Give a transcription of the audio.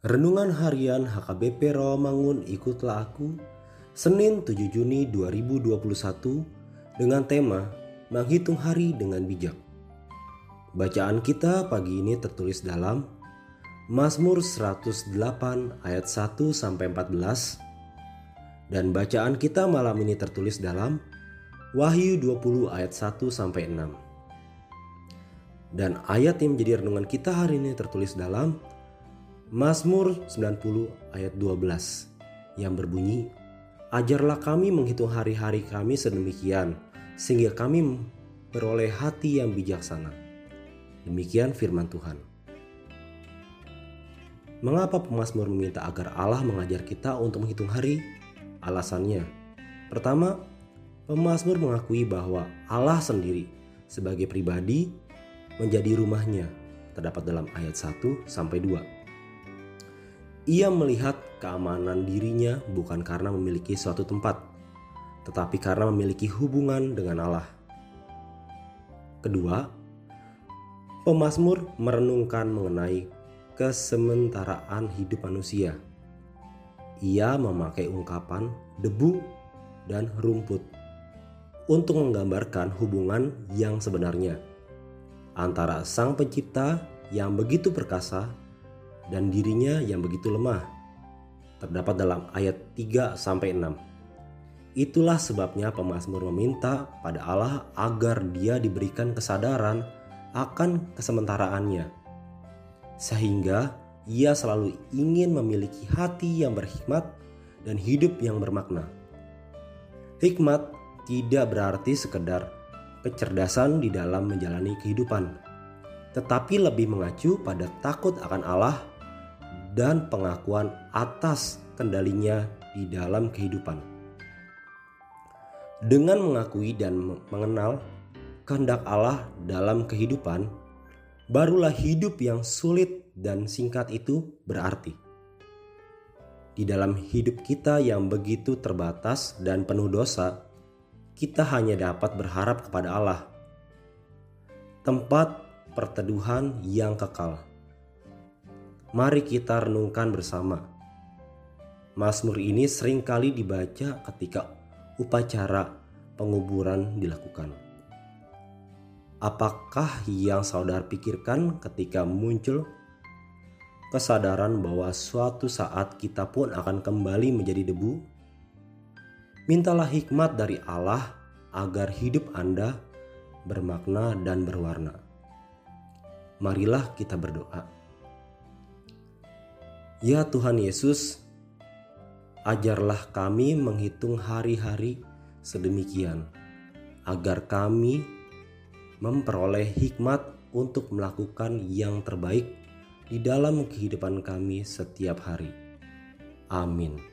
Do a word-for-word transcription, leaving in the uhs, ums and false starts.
Renungan Harian H K B P Rawamangun Ikutlah Aku, Senin tujuh Juni dua ribu dua puluh satu, dengan tema Menghitung Hari dengan Bijak. Bacaan kita pagi ini tertulis dalam Mazmur seratus delapan ayat satu sampai empat belas, dan bacaan kita malam ini tertulis dalam Wahyu dua puluh ayat satu sampai enam. Dan ayat yang menjadi renungan kita hari ini tertulis dalam Mazmur sembilan puluh ayat dua belas yang berbunyi, "Ajarlah kami menghitung hari-hari kami sedemikian, sehingga kami beroleh hati yang bijaksana." Demikian firman Tuhan. Mengapa pemazmur meminta agar Allah mengajar kita untuk menghitung hari? Alasannya, pertama, pemazmur mengakui bahwa Allah sendiri sebagai pribadi menjadi rumahnya, terdapat dalam ayat satu sampai dua. Ia melihat keamanan dirinya bukan karena memiliki suatu tempat, tetapi karena memiliki hubungan dengan Allah. Kedua, pemazmur merenungkan mengenai kesementaraan hidup manusia. Ia memakai ungkapan debu dan rumput untuk menggambarkan hubungan yang sebenarnya antara Sang Pencipta yang begitu perkasa dan dirinya yang begitu lemah, terdapat dalam ayat tiga sampai enam. Itulah sebabnya pemazmur meminta pada Allah agar dia diberikan kesadaran akan kesementaraannya, sehingga ia selalu ingin memiliki hati yang berhikmat dan hidup yang bermakna. Hikmat tidak berarti sekedar kecerdasan di dalam menjalani kehidupan, tetapi lebih mengacu pada takut akan Allah dan pengakuan atas kendalinya di dalam kehidupan. Dengan mengakui dan mengenal kehendak Allah dalam kehidupan, barulah hidup yang sulit dan singkat itu berarti. Di dalam hidup kita yang begitu terbatas dan penuh dosa, kita hanya dapat berharap kepada Allah, tempat perteduhan yang kekal. Mari kita renungkan bersama. Mazmur ini seringkali dibaca ketika upacara penguburan dilakukan. Apakah yang saudara pikirkan ketika muncul kesadaran bahwa suatu saat kita pun akan kembali menjadi debu? Mintalah hikmat dari Allah agar hidup Anda bermakna dan berwarna. Marilah kita berdoa. Ya Tuhan Yesus, ajarlah kami menghitung hari-hari sedemikian, agar kami memperoleh hikmat untuk melakukan yang terbaik di dalam kehidupan kami setiap hari. Amin.